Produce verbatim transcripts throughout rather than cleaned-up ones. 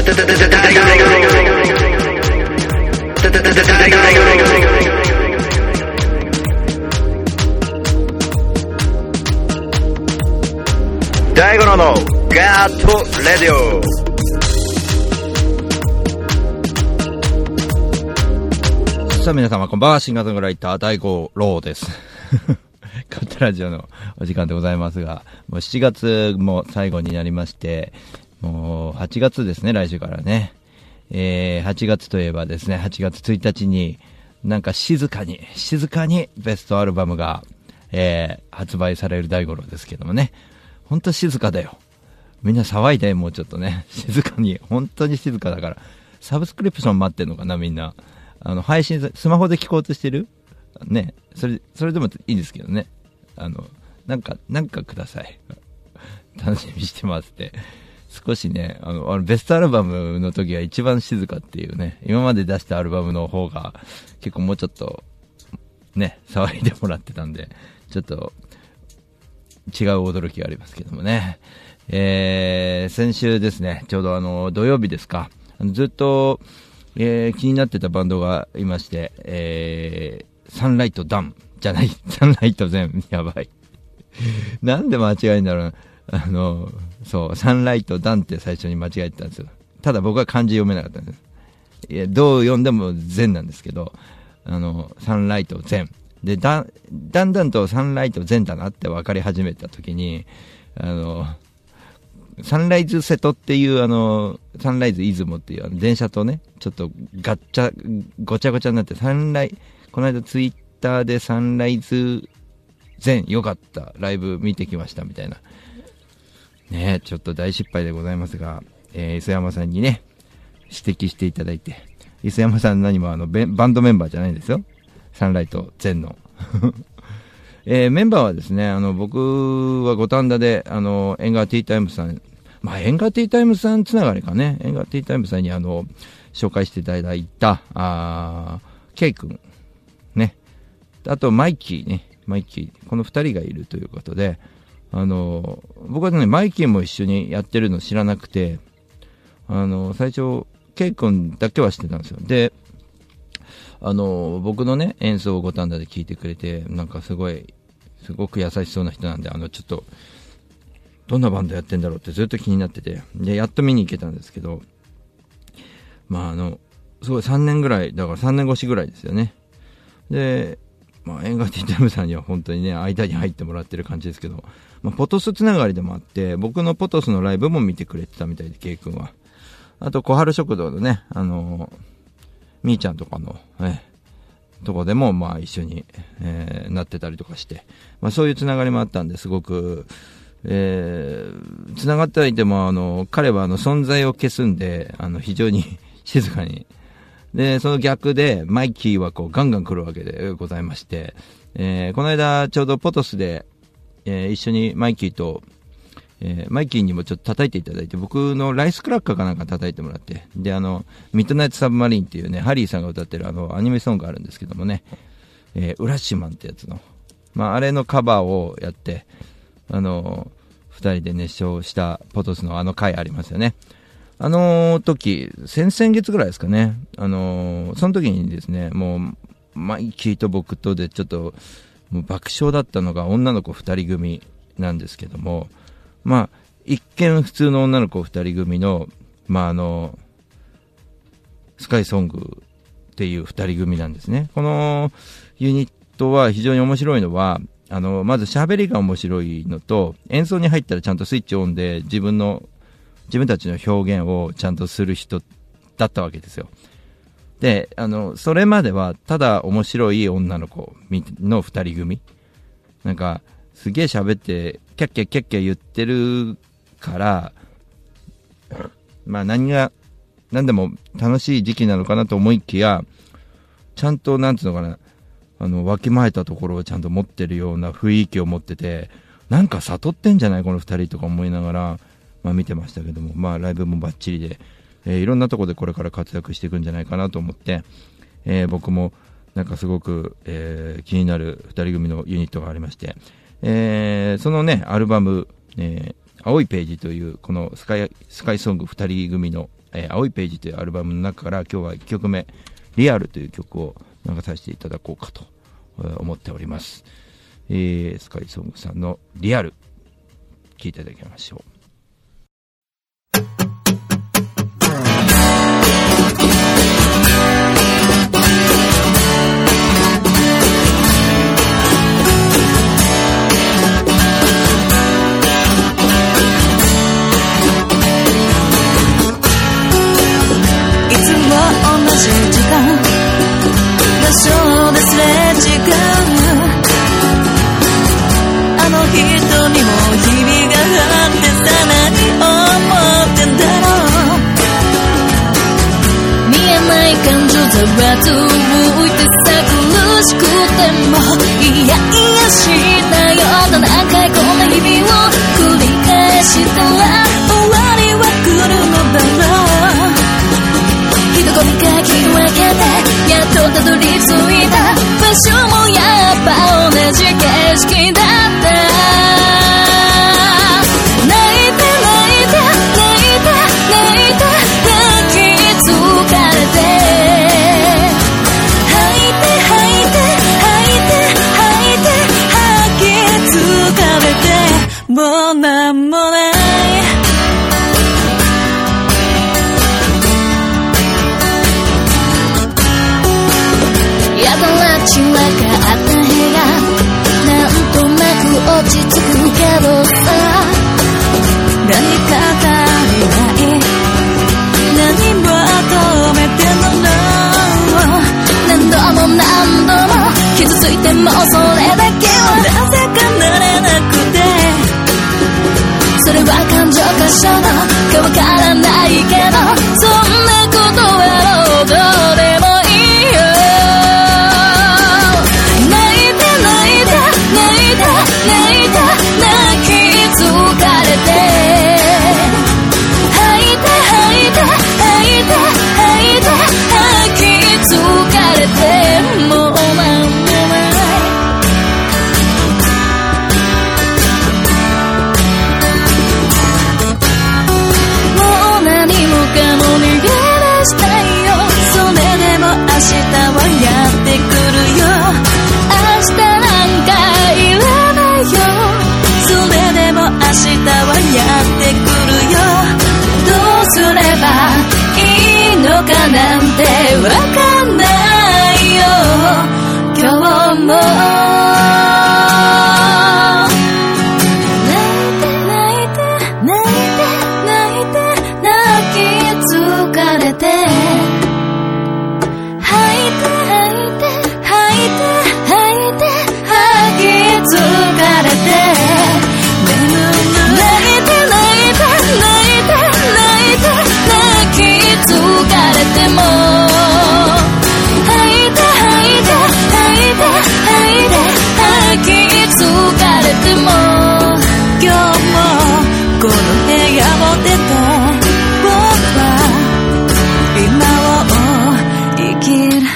大五郎のガーットレディオ。 さあ皆様こんばんは、シンガーソングライター大五郎ですカットラジオのお時間でございますが、もうしちがつも最後になりまして、もうはちがつですね、来週からね。えー、はちがつといえばですね、はちがつついたちになんか静かに静かにベストアルバムが、えー、発売される大五郎ですけどもね、ほんと静かだよ。みんな騒いで、もうちょっとね、静かに、本当に静かだから。サブスクリプション待ってんのかな、みんな。あの、配信、スマホで聞こうとしてるね。それ、それでもいいんですけどね。あの、なんか、なんかください。楽しみにしてますって。少しね、あの、あのベストアルバムの時は一番静かっていうね、今まで出したアルバムの方が、結構もうちょっと、ね、騒いでもらってたんで、ちょっと、違う驚きがありますけどもね。えー、先週ですね、ちょうどあの土曜日ですか、あのずっと、えー、気になってたバンドがいまして、えー、サンライトダンじゃない、サンライトゼン、やばいなんで間違えるんだろうな。あのそうサンライトダンって最初に間違えてたんですよ。ただ僕は漢字読めなかったんです。いや、どう読んでもゼンなんですけど、あのサンライトゼンで、だだんだんとサンライトゼンだなって分かり始めた時に、あのサンライズ瀬戸っていうあのサンライズ出雲っていうあの電車とね、ちょっとガッチャごちゃごちゃになって、サンライこの間ツイッターでサンライズゼンよかったライブ見てきましたみたいなね、ちょっと大失敗でございますが、えー、磯山さんにね指摘していただいて、磯山さん何もあのバンドメンバーじゃないんですよ、サンライトゼンの、えー、メンバーはですね、あの僕は五反田であのエンガーティータイムさん、まあエンガーティータイムさんつながりかね、エンガーティータイムさんにあの紹介していただいたあケイ君ね、あとマイキーね、マイキー、このふたりがいるということで、あの僕はねマイキーも一緒にやってるの知らなくて、あの最初ケイ君だけは知ってたんですよ。で、あの僕のね演奏を五反田で聴いてくれて、なんかすごいすごく優しそうな人なんで、あのちょっとどんなバンドやってんだろうってずっと気になってて、でやっと見に行けたんですけど、まああのすごいさんねんぐらいだからさんねん越しぐらいですよね。で、まあエンガーティータイムさんには本当にね間に入ってもらってる感じですけど、まあ、ポトスつながりでもあって、僕のポトスのライブも見てくれてたみたいで、ケイ君は。あと小春食堂のね、あのみーちゃんとかの、えとこでもまあ一緒に、えー、なってたりとかして、まあ、そういうつながりもあったんで、すごく、えー、つながってはいても、あの彼はあの存在を消すんで、あの非常に静かに、でその逆でマイキーはこうガンガン来るわけでございまして、えー、この間ちょうどポトスで、えー、一緒にマイキーと、えー、マイキーにもちょっと叩いていただいて、僕のライスクラッカーかなんか叩いてもらって、であのミッドナイトサブマリンっていうね、ハリーさんが歌ってるあのアニメソングがあるんですけどもね、えー、ウラッシュマンってやつの、まあ、あれのカバーをやって、あのふたりで熱唱したポトスのあの回ありますよね。あの時先々月ぐらいですかね、あのその時にですね、もうマイキーと僕とでちょっともう爆笑だったのが女の子ふたり組なんですけども、まあ一見普通の女の子ふたり組の、まああのスカイソングっていうふたり組なんですね。このユニットは非常に面白いのは、あのまず喋りが面白いのと、演奏に入ったらちゃんとスイッチオンで自分の自分たちの表現をちゃんとする人だったわけですよ。で、あのそれまではただ面白い女の子のふたり組、なんかすげえ喋ってキャッキャキャッキャ言ってるから、まあ何が何でも楽しい時期なのかなと思いきや、ちゃんとなんつうのかな、あのわきまえたところをちゃんと持ってるような雰囲気を持ってて、なんか悟ってんじゃないこのふたりとか思いながら、まあ、見てましたけども、まあライブもバッチリで、えー、いろんなところでこれから活躍していくんじゃないかなと思って、えー、僕もなんかすごく、えー、気になるふたり組のユニットがありまして、えー、そのねアルバム、えー、 青いページというこのスカイ、スカイソングふたり組の、えー、青いページというアルバムの中から今日はいっきょくめリアルという曲を流させていただこうかと思っております。えー、スカイソングさんのリアル聴いていただきましょう。 場所ですれ違うあの人にも日々があってさ何思ってんだろう見えない感情ざわついてさ苦しくてもいやいやしないような何回こんな日々を繰り返したら終わりは来るのだろう一声かき分けてやっとたどり着いた場所もやっぱ同じ景色だった泣いて泣いて泣いて泣いて泣き疲れて吐いて吐いて吐いて吐いて吐き疲れてもうなんもないちわかった部屋なんとなく落ち着くけどさ何か足りない何も求めてんの何度も何度も傷ついてもそれだけはなぜかなれなくてそれは感情過剰のかわからないけどそんなことはどうでもいいよなんてわかんないよ今日も泣いて泣いて泣いて泣いて泣き疲れて吐いて吐いて吐いて吐いて吐き疲れて泣いて泣いて泣いて泣いて泣き疲れても吐いて吐いて吐いて吐いて吐き疲れても今日もこの部屋を出て僕は今を生きる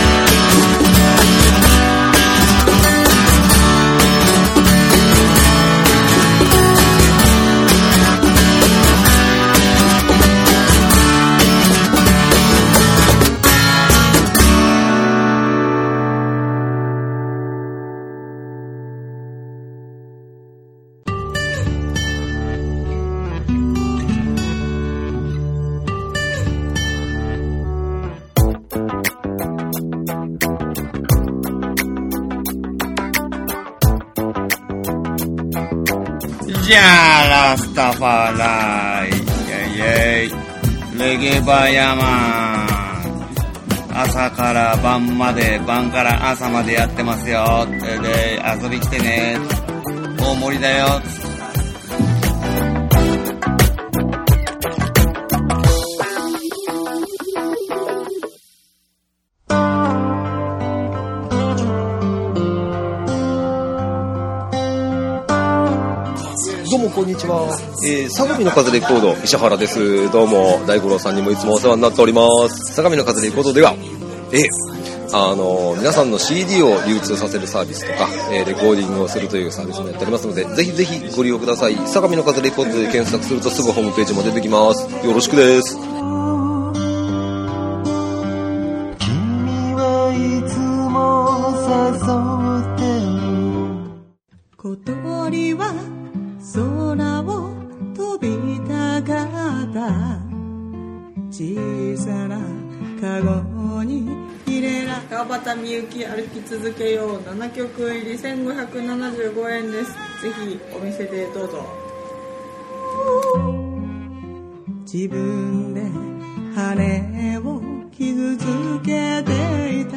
じゃあラスタファライイェイイェイレゲバヤマン朝から晩まで晩から朝までやってますよで遊び来てね大盛りだよどうもこんにちは、えー、相模の風レコード石原です。どうも大五郎さんにもいつもお世話になっております。相模の風レコードでは、えー、 あの皆さんの シーディー を流通させるサービスとか、えー、レコーディングをするというサービスもやっておりますので、ぜひぜひご利用ください。相模の風レコードで検索するとすぐホームページも出てきます。よろしくです。 君はいつも誘って小鳥は空を飛びたかった、小さなカゴに入れら川端みゆき歩き続けようななきょく入りせんごひゃくななじゅうごえんです。ぜひお店でどうぞ。自分で羽を傷つけていた、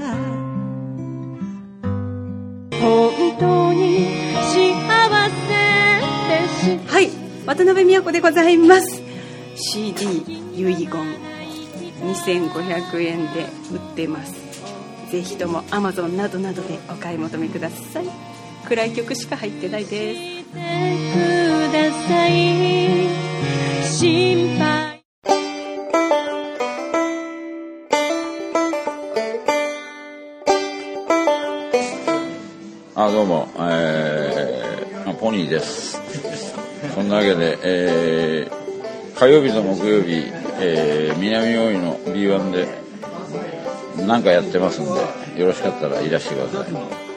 本当に幸せです。はい、渡辺美和子でございます。 シーディー 遺言にせんごひゃくえんで売ってます。ぜひとも アマゾン などなどでお買い求めください。暗い曲しか入ってないです。ください、心配。 あ、どうも、えー、ポニーです。そんなわけで、えー、火曜日と木曜日、えー、南大井の ビーワン で何かやってますんで、よろしかったらいらしてください。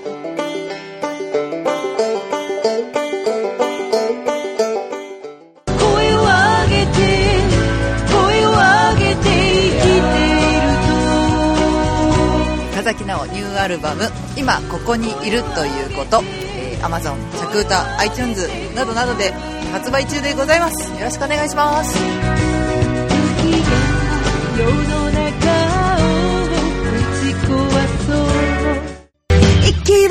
声を上げて声を上げて生きていると、 深崎奈緒ニューアルバム今ここにいるということ、えー、Amazon、着歌、iTunes などなどで発売中でございます。よろしくお願いします。 世の中を打ち壊そう、息は吸って吐いて吸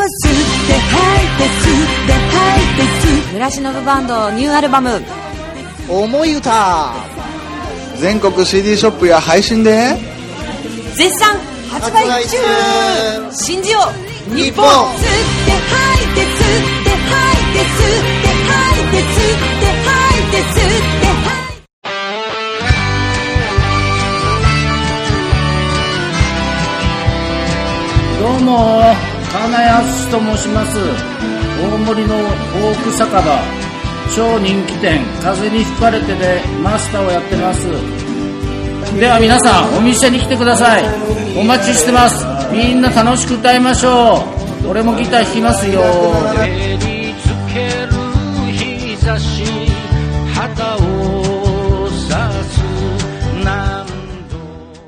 って吐いて吸って、 村忍バンドニューアルバム思い歌、全国 シーディー ショップや配信で絶賛発売中。信じよう日本。 吸って吐いて吸って吐いて吸って吐いて吸って吐いて吸って吐いて。 どうも、金安と申します。大森のフォーク酒場、超人気店風に吹かれてでマスターをやってます。では皆さんお店に来てください。お待ちしてます。みんな楽しく歌いましょう。俺もギター弾きますよ。照りつける日差し、旗を差す何度。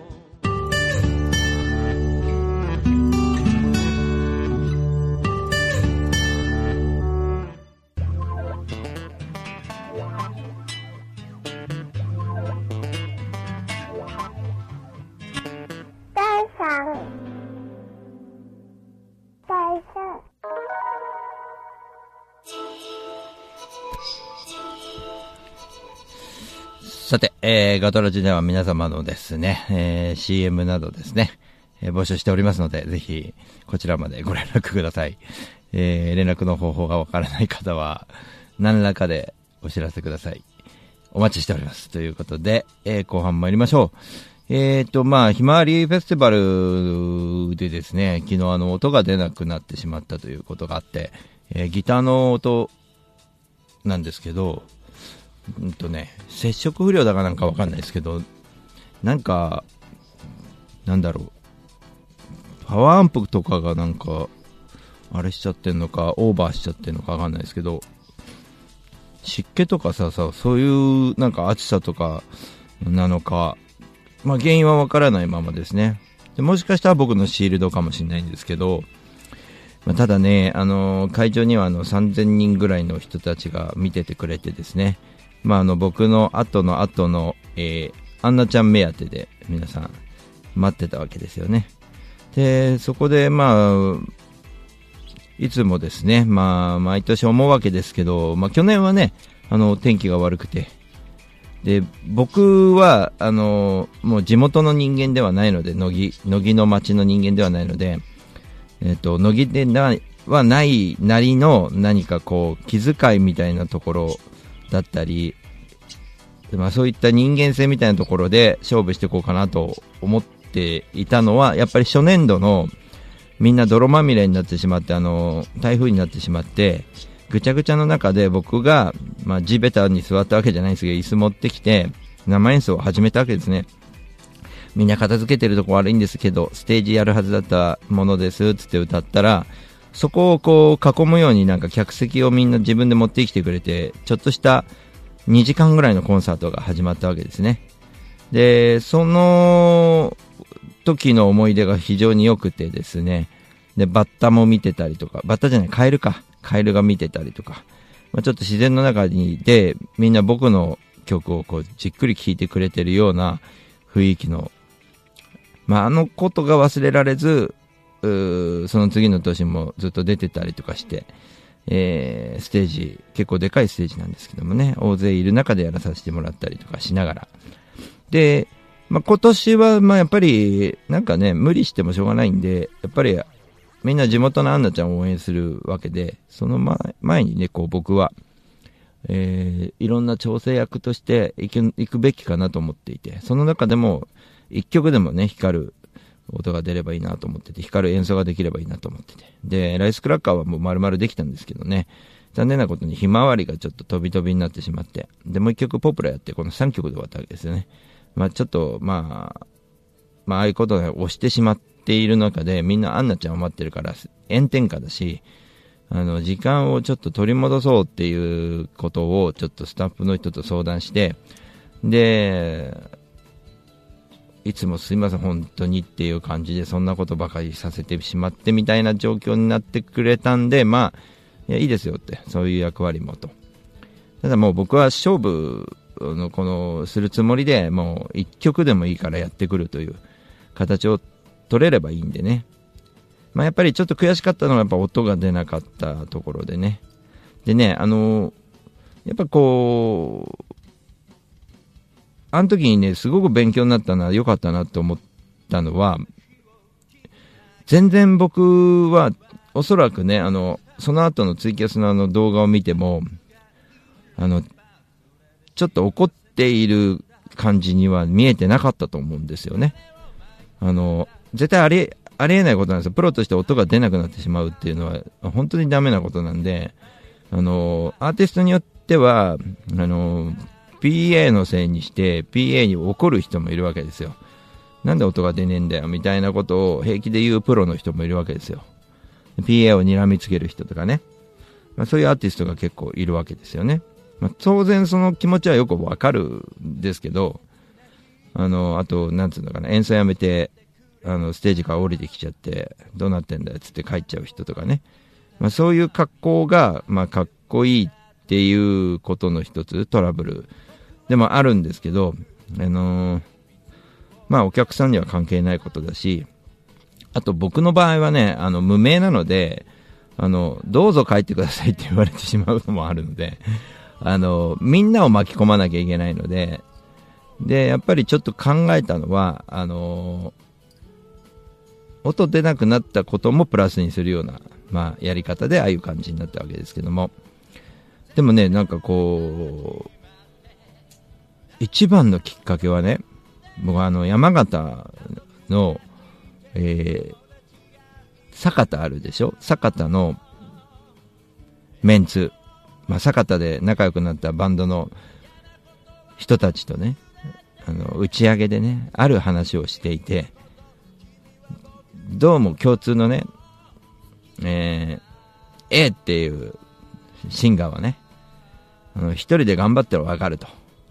さて、えー、ガトラジでは皆様のですね、えー、シーエム などですね、えー、募集しておりますので、ぜひ、こちらまでご連絡ください。えー、連絡の方法がわからない方は、何らかでお知らせください。お待ちしております。ということで、えー、後半参りましょう。えーと、まあ、ひまわりフェスティバルでですね、昨日あの、音が出なくなってしまったということがあって、えー、ギターの音なんですけど、うんとね、接触不良だかなんかわかんないですけど、なんか、なんだろう、パワーアンプとかがなんか、あれしちゃってんのか、オーバーしちゃってんのかわかんないですけど、湿気とかさ、さ、そういうなんか暑さとかなのか、まあ原因はわからないままですね。でもしかしたら僕のシールドかもしれないんですけど、まあ、ただね、あのー、会場にはあのさんぜんにんぐらいの人たちが見ててくれてですね、まああの僕の後の後の、えー、アンナちゃん目当てで皆さん待ってたわけですよね。で、そこでまあ、いつもですね、まあ毎年思うわけですけど、まあ去年はね、あの天気が悪くて、で、僕はあのもう地元の人間ではないので、乃木、乃木の町の人間ではないので、えっと、乃木でなはないなりの何かこう、気遣いみたいなところだったり、まあそういった人間性みたいなところで勝負していこうかなと思っていたのは、やっぱり初年度のみんな泥まみれになってしまって、あの台風になってしまってぐちゃぐちゃの中で僕が、まあ、地べたに座ったわけじゃないんですけど椅子持ってきて生演奏を始めたわけですね。みんな片付けてるとこ悪いんですけどステージやるはずだったものですつって歌ったら、そこをこう囲むようになんか客席をみんな自分で持ってきてくれて、ちょっとしたにじかんぐらいのコンサートが始まったわけですね。でその時の思い出が非常に良くてですね、でバッタも見てたりとか、バッタじゃないカエルかカエルが見てたりとか、まあ、ちょっと自然の中にでみんな僕の曲をこうじっくり聴いてくれてるような雰囲気の、まあ、あのことが忘れられず、うその次の年もずっと出てたりとかして、えー、ステージ結構でかいステージなんですけどもね、大勢いる中でやらさせてもらったりとかしながらで、まあ、今年はまあやっぱりなんかね無理してもしょうがないんで、やっぱりみんな地元のアンナちゃんを応援するわけで、その前前にねこう僕は、えー、いろんな調整役として行く、行くべきかなと思っていて、その中でも一曲でもね光る音が出ればいいなと思ってて、光る演奏ができればいいなと思ってて、でライスクラッカーはもう丸々できたんですけどね、残念なことにひまわりがちょっと飛び飛びになってしまって、でもう一曲ポプラやってこのさんきょくで終わったわけですよね。まあちょっとまあまあああいうことを押してしまっている中で、みんなアンナちゃんを待ってるから炎天下だし、あの時間をちょっと取り戻そうっていうことをちょっとスタッフの人と相談して、でいつもすいません本当にっていう感じでそんなことばかりさせてしまってみたいな状況になってくれたんで、まあいやいいですよって、そういう役割もと。ただもう僕は勝負のこのするつもりで、もう一曲でもいいからやってくるという形を取れればいいんでね。まあやっぱりちょっと悔しかったのはやっぱ音が出なかったところでね。でね、あのやっぱこうあの時にねすごく勉強になったのは良かったなと思ったのは、全然僕はおそらくね、あのその後のツイキャスのあの動画を見ても、あのちょっと怒っている感じには見えてなかったと思うんですよね。あの絶対ありありえないことなんですよ。プロとして音が出なくなってしまうっていうのは本当にダメなことなんで、あのアーティストによってはあの ピーエー のせいにして ピーエー に怒る人もいるわけですよ。なんで音が出ねえんだよみたいなことを平気で言うプロの人もいるわけですよ。ピーエー を睨みつける人とかね、まあ、そういうアーティストが結構いるわけですよね。まあ、当然その気持ちはよくわかるんですけど、あのあとなんつうのかな、演奏やめてあのステージから降りてきちゃってどうなってんだよつって帰っちゃう人とかね、まあ、そういう格好が、まあ、かっこいいっていうことの一つトラブルでもあるんですけど、あのー、まあお客さんには関係ないことだし、あと僕の場合はね、あの無名なので、あのどうぞ帰ってくださいって言われてしまうのもあるので、あのみんなを巻き込まなきゃいけないので、でやっぱりちょっと考えたのは、あの音出なくなったこともプラスにするような、まあ、やり方でああいう感じになったわけですけども、でもね、なんかこう一番のきっかけはね、僕はあの山形の、えー、酒田あるでしょ、酒田のメンツ、まあ、酒田で仲良くなったバンドの人たちとね、あの打ち上げでねある話をしていて、どうも共通のね、えー、A っていうシンガーはね、あの一人で頑張ってるわかると、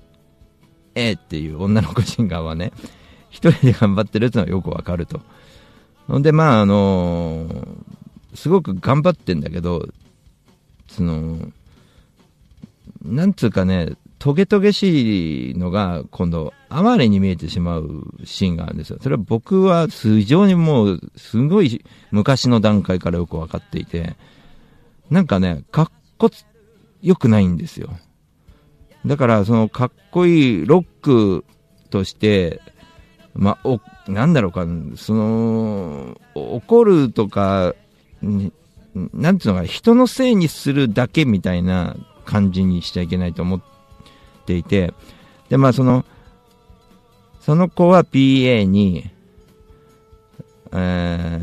A っていう女の子シンガーはね一人で頑張ってるってのはよくわかると。ほんでまああのー、すごく頑張ってんだけど、そのなんつうかね、トゲトゲしいのが今度哀れに見えてしまうシーンがあるんですよ。それは僕は非常にもうすごい昔の段階からよく分かっていて、なんかねかっこよくないんですよ。だからそのかっこいいロックとしてまあおなんだろうか、その怒るとかなんていうのか、人のせいにするだけみたいな感じにしちゃいけないと思っていて、でまあそのその子は ピーエー に、えー、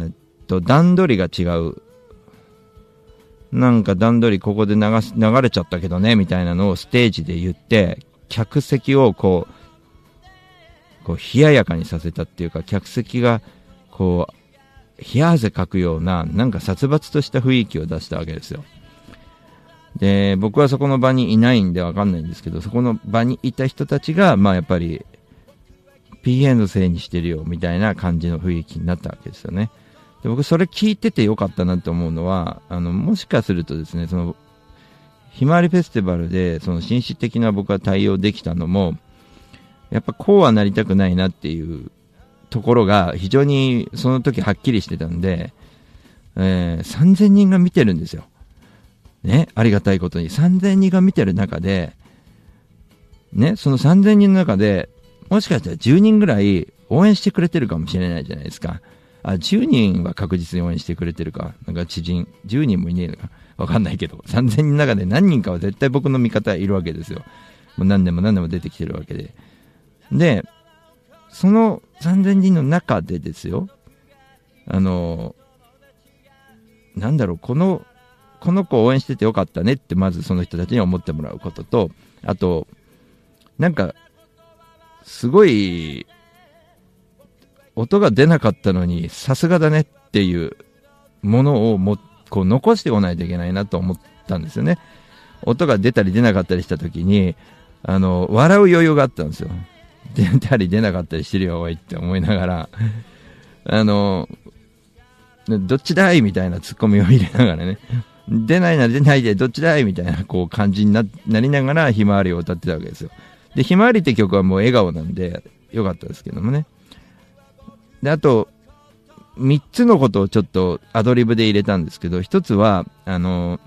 と段取りが違う、なんか段取りここで流す流れちゃったけどねみたいなのをステージで言って、客席をこうこう冷ややかにさせたっていうか、客席がこう冷や汗かくような、なんか殺伐とした雰囲気を出したわけですよ。で、僕はそこの場にいないんでわかんないんですけど、そこの場にいた人たちが、まあやっぱり ピーエー のせいにしてるよみたいな感じの雰囲気になったわけですよね。で、僕それ聞いててよかったなと思うのは、あのもしかするとですね、そのひまわりフェスティバルでその紳士的な僕は対応できたのも、やっぱこうはなりたくないなっていうところが非常にその時はっきりしてたんで、えー、さんぜんにんが見てるんですよ。ね、ありがたいことにさんぜんにんが見てる中で、ね、そのさんぜんにんの中でもしかしたらじゅうにんぐらい応援してくれてるかもしれないじゃないですか。あ、じゅうにんは確実に応援してくれてるか。なんか知人、じゅうにんもいねえのか。わかんないけど、さんぜんにんの中で何人かは絶対僕の味方いるわけですよ。もう何年も何年も出てきてるわけで。で、そのさんぜんにんの中でですよ、あの、なんだろう、この、この子を応援しててよかったねってまずその人たちに思ってもらうことと、あとなんかすごい音が出なかったのにさすがだねっていうものをもこう残してこないといけないなと思ったんですよね。音が出たり出なかったりした時にあの笑う余裕があったんですよ。出たり出なかったりしてるよおいって思いながらあのどっちだいみたいなツッコミを入れながらね、出ないなら出ないでどっちだいみたいなこう感じに な, なりながらひまわりを歌ってたわけですよ。でひまわりって曲はもう笑顔なんでよかったですけどもね。であとみっつのことをちょっとアドリブで入れたんですけど、ひとつはあの、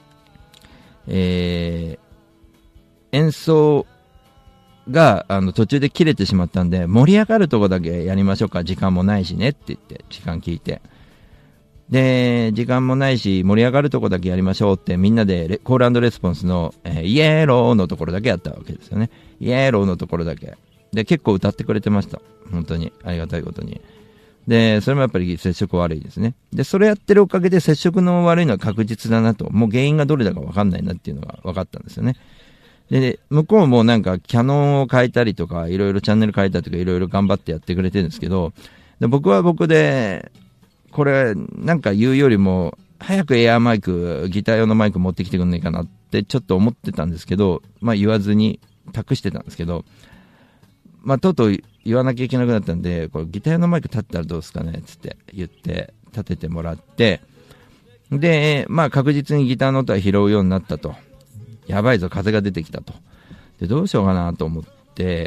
えー、演奏があの途中で切れてしまったんで、盛り上がるとこだけやりましょうか、時間もないしねって言って時間聞いて、で時間もないし盛り上がるとこだけやりましょうってみんなでコール&レスポンスの、えー、イエローのところだけやったわけですよね。イエローのところだけで結構歌ってくれてました。本当にありがたいことに。でそれもやっぱり接触悪いですね。でそれやってるおかげで接触の悪いのは確実だなと、もう原因がどれだか分かんないなっていうのが分かったんですよね。で向こうもなんかキャノンを変えたりとかいろいろチャンネル変えたりとかいろいろ頑張ってやってくれてるんですけど、で僕は僕でこれなんか言うよりも早くエアマイク、ギター用のマイク持ってきてくんないかなってちょっと思ってたんですけど、まあ言わずに託してたんですけど、まあとうとう言わなきゃいけなくなったんで、これギター用のマイク立ったらどうですかねつって言って立ててもらって、でまあ確実にギターの音は拾うようになったと。やばいぞ風が出てきたと。でどうしようかなと思って、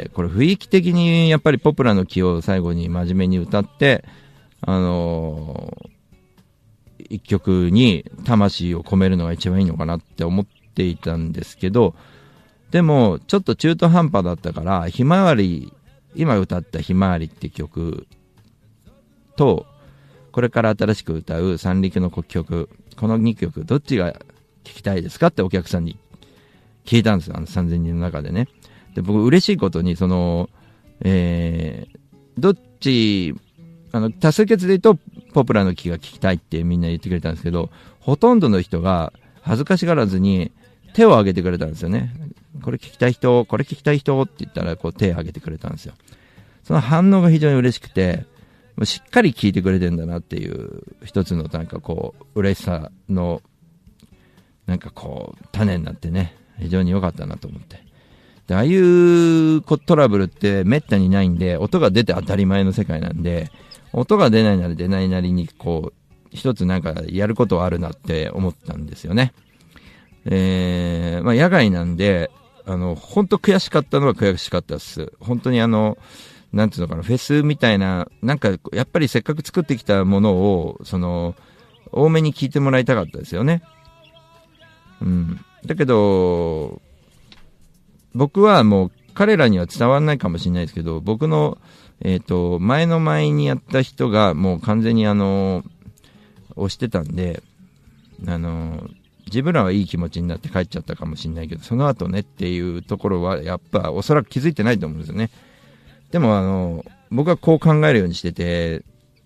これ雰囲気的にやっぱりポプラの木を最後に真面目に歌って、あのー、一曲に魂を込めるのが一番いいのかなって思っていたんですけど、でもちょっと中途半端だったからひまわり、今歌ったひまわりって曲とこれから新しく歌う三陸の国曲、このにきょくどっちが聴きたいですかってお客さんに聞いたんですよ、あのさんぜんにんの中でね。で僕嬉しいことにその、えー、どっちあの多数決で言うとポプラの木が聴きたいってみんな言ってくれたんですけど、ほとんどの人が恥ずかしがらずに手を挙げてくれたんですよね。これ聞きたい人、これ聞きたい人って言ったらこう手を挙げてくれたんですよ。その反応が非常に嬉しくて、もうしっかり聞いてくれてんだなっていう一つのなんかこう嬉しさのなんかこう種になってね、非常に良かったなと思って。でああいうトラブルってめったにないんで、音が出て当たり前の世界なんで、音が出ないなら出ないなりにこう一つなんかやることはあるなって思ったんですよね。えー、まあ野外なんであの本当悔しかったのは悔しかったです。本当にあのなんていうのかな、フェスみたいななんかやっぱりせっかく作ってきたものをその多めに聞いてもらいたかったですよね。うん。だけど僕はもう彼らには伝わらないかもしれないですけど、僕のえっと前の前にやった人がもう完全にあの押してたんで、あの自分らはいい気持ちになって帰っちゃったかもしれないけど、その後ねっていうところはやっぱおそらく気づいてないと思うんですよね。でもあの僕はこう考えるようにしてて、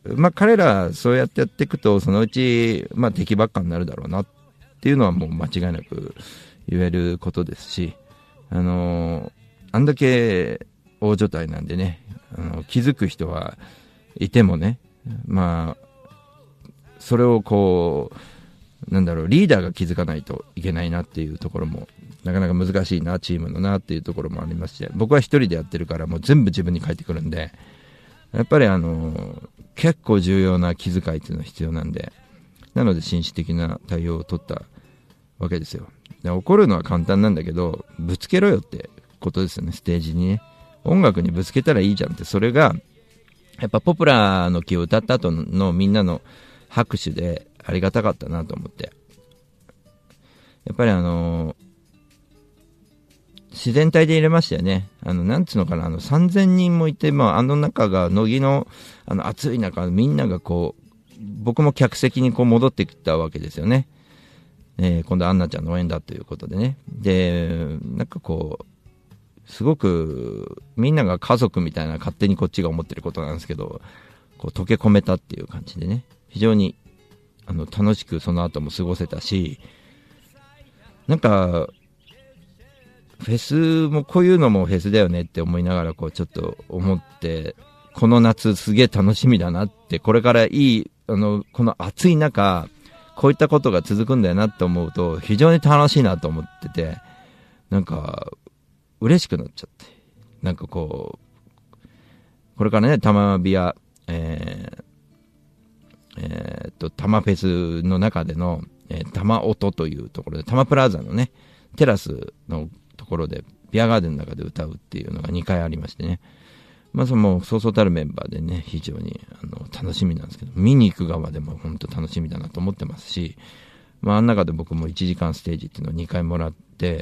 まあ彼らそうやってやっていくと、そのうち、まあ敵ばっかになるだろうなっていうのはもう間違いなく言えることですし、あの、あんだけ大所帯なんでね、あの気づく人はいてもね、まあ、それをこう、なんだろう、リーダーが気づかないといけないなっていうところも、なかなか難しいな、チームのなっていうところもありまして、僕は一人でやってるからもう全部自分に返ってくるんで、やっぱりあの、結構重要な気遣いっていうのは必要なんで、なので紳士的な対応を取ったわけですよ。で、怒るのは簡単なんだけど、ぶつけろよってことですよね、ステージにね。音楽にぶつけたらいいじゃんって、それが、やっぱポプラの木を歌った後のみんなの拍手でありがたかったなと思って。やっぱりあの、自然体で入れましたよね。あの、なんつうのかな、あの、さんぜんにんもいて、まあ、あの中が、乃木の、あの、暑い中、みんながこう、僕も客席にこう戻ってきたわけですよね。えー、今度アンナちゃんの応援だということでね。で、なんかこう、すごくみんなが家族みたいな勝手にこっちが思ってることなんですけど、こう溶け込めたっていう感じでね、非常にあの楽しくその後も過ごせたし、なんかフェスもこういうのもフェスだよねって思いながらこうちょっと思って、この夏すげえ楽しみだなって、これからいいあのこの暑い中こういったことが続くんだよなって思うと非常に楽しいなと思ってて、なんか嬉しくなっちゃって、なんかこうこれからね、タマビア、えーえー、っとタマフェスの中での、えー、タマ音というところで、タマプラザのねテラスのところでビアガーデンの中で歌うっていうのがにかいありましてね、まあそのそうそうたるメンバーでね非常にあの楽しみなんですけど、見に行く側でも本当楽しみだなと思ってますし、まああん中で僕もいちじかんステージっていうのをにかいもらって、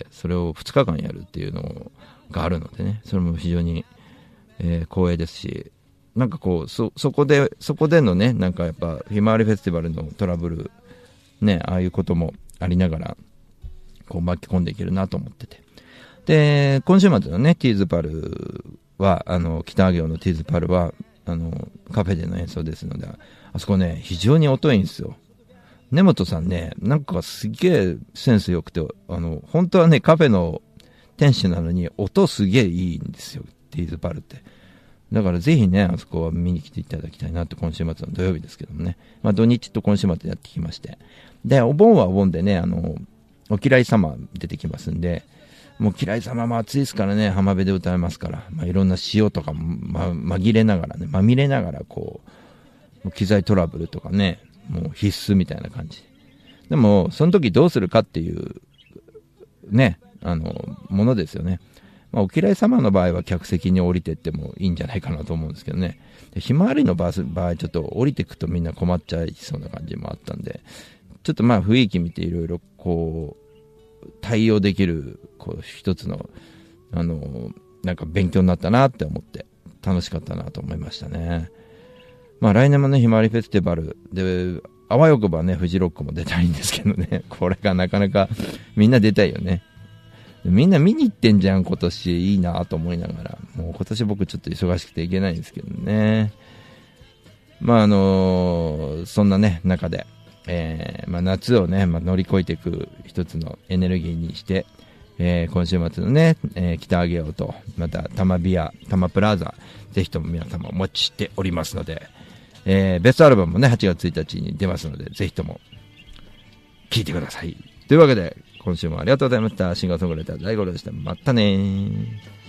それをふつかかんやるっていうのがあるのでね、それも非常に、えー、光栄ですし、なんかこうそそこでそこでのね、なんかやっぱひまわりフェスティバルのトラブルね、ああいうこともありながらこう巻き込んでいけるなと思ってて、で今週末のねティーズパルはあの北上尾のティーズパルはあのカフェでの演奏ですので、あそこね非常に音いいんですよ。根本さんね、なんかすげえセンス良くて、あの本当はねカフェの店主なのに音すげえいいんですよ、ティーズパルって。だからぜひね、あそこは見に来ていただきたいなと、今週末の土曜日ですけどもね、まあ土日と今週末やってきまして、でお盆はお盆でね、あのお嫌い様出てきますんで、もう嫌い様も暑いですからね、浜辺で歌えますから、まあ、いろんな塩とかも、ま、紛れながらね、まみれながらこう機材トラブルとかね、もう必須みたいな感じでもその時どうするかっていうね、あのものですよね。まあ、お嫌い様の場合は客席に降りてってもいいんじゃないかなと思うんですけどね。でひまわりの場合ちょっと降りてくとみんな困っちゃいそうな感じもあったんで、ちょっとまあ雰囲気見ていろいろこう対応できるこう一つのあのなんか勉強になったなって思って楽しかったなと思いましたね。まあ来年もねひまわりフェスティバルであわよくばねフジロックも出たいんですけどね、これがなかなかみんな出たいよね。みんな見に行ってんじゃん今年、いいなと思いながら、もう今年僕ちょっと忙しくていけないんですけどね。まああのそんなね中で、えーまあ、夏をね、まあ、乗り越えていく一つのエネルギーにして、えー、今週末のね、えー、北上尾とまた多摩ビア多摩プラザぜひとも皆様お待ちしておりますので、えー、ベストアルバムもねはちがつついたちに出ますのでぜひとも聴いてください。というわけで今週もありがとうございました。シンガーソングライター大五郎でした。またねー。